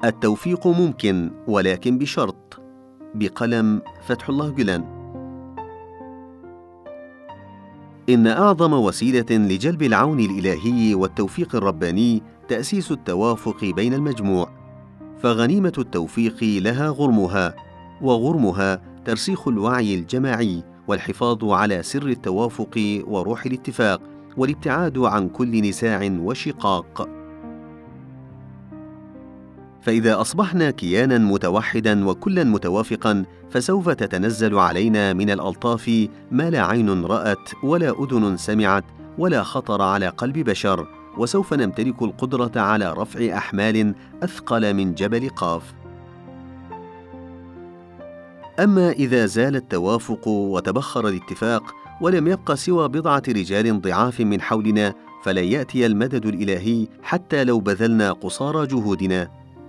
التوفيق ممكن ولكن بشرط. بقلم فتح الله جلان. إن أعظم وسيلة لجلب العون الإلهي والتوفيق الرباني تأسيس التوافق بين المجموع، فغنيمة التوفيق لها غرمها، وغرمها ترسيخ الوعي الجماعي والحفاظ على سر التوافق وروح الاتفاق، والابتعاد عن كل نزاع وشقاق. فإذا أصبحنا كياناً متوحداً وكلاً متوافقاً، فسوف تتنزل علينا من الألطاف ما لا عين رأت ولا أذن سمعت ولا خطر على قلب بشر، وسوف نمتلك القدرة على رفع أحمال أثقل من جبل قاف. أما إذا زال التوافق وتبخر الاتفاق ولم يبق سوى بضعة رجال ضعاف من حولنا، فلن يأتي المدد الإلهي حتى لو بذلنا قصارى جهودنا.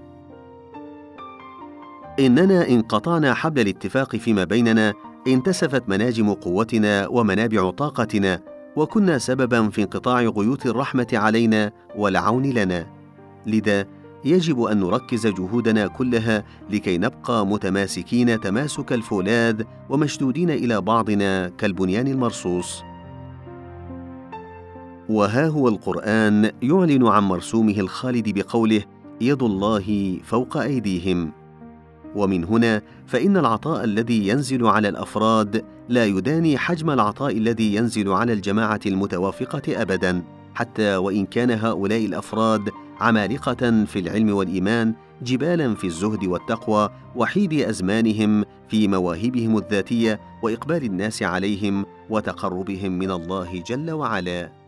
إننا إن قطعنا حبل الاتفاق فيما بيننا انتسفت مناجم قوتنا ومنابع طاقتنا، وكنا سبباً في انقطاع غيوث الرحمة علينا والعون لنا. لذا يجب أن نركز جهودنا كلها لكي نبقى متماسكين تماسك الفولاذ ومشدودين إلى بعضنا كالبنيان المرصوص. وها هو القرآن يعلن عن مرسومه الخالد بقوله: يد الله فوق أيديهم. ومن هنا فإن العطاء الذي ينزل على الأفراد لا يداني حجم العطاء الذي ينزل على الجماعة المتوافقة أبداً، حتى وإن كان هؤلاء الأفراد عمالقة في العلم والإيمان، جبالاً في الزهد والتقوى، وحيد أزمانهم في مواهبهم الذاتية وإقبال الناس عليهم وتقربهم من الله جل وعلا.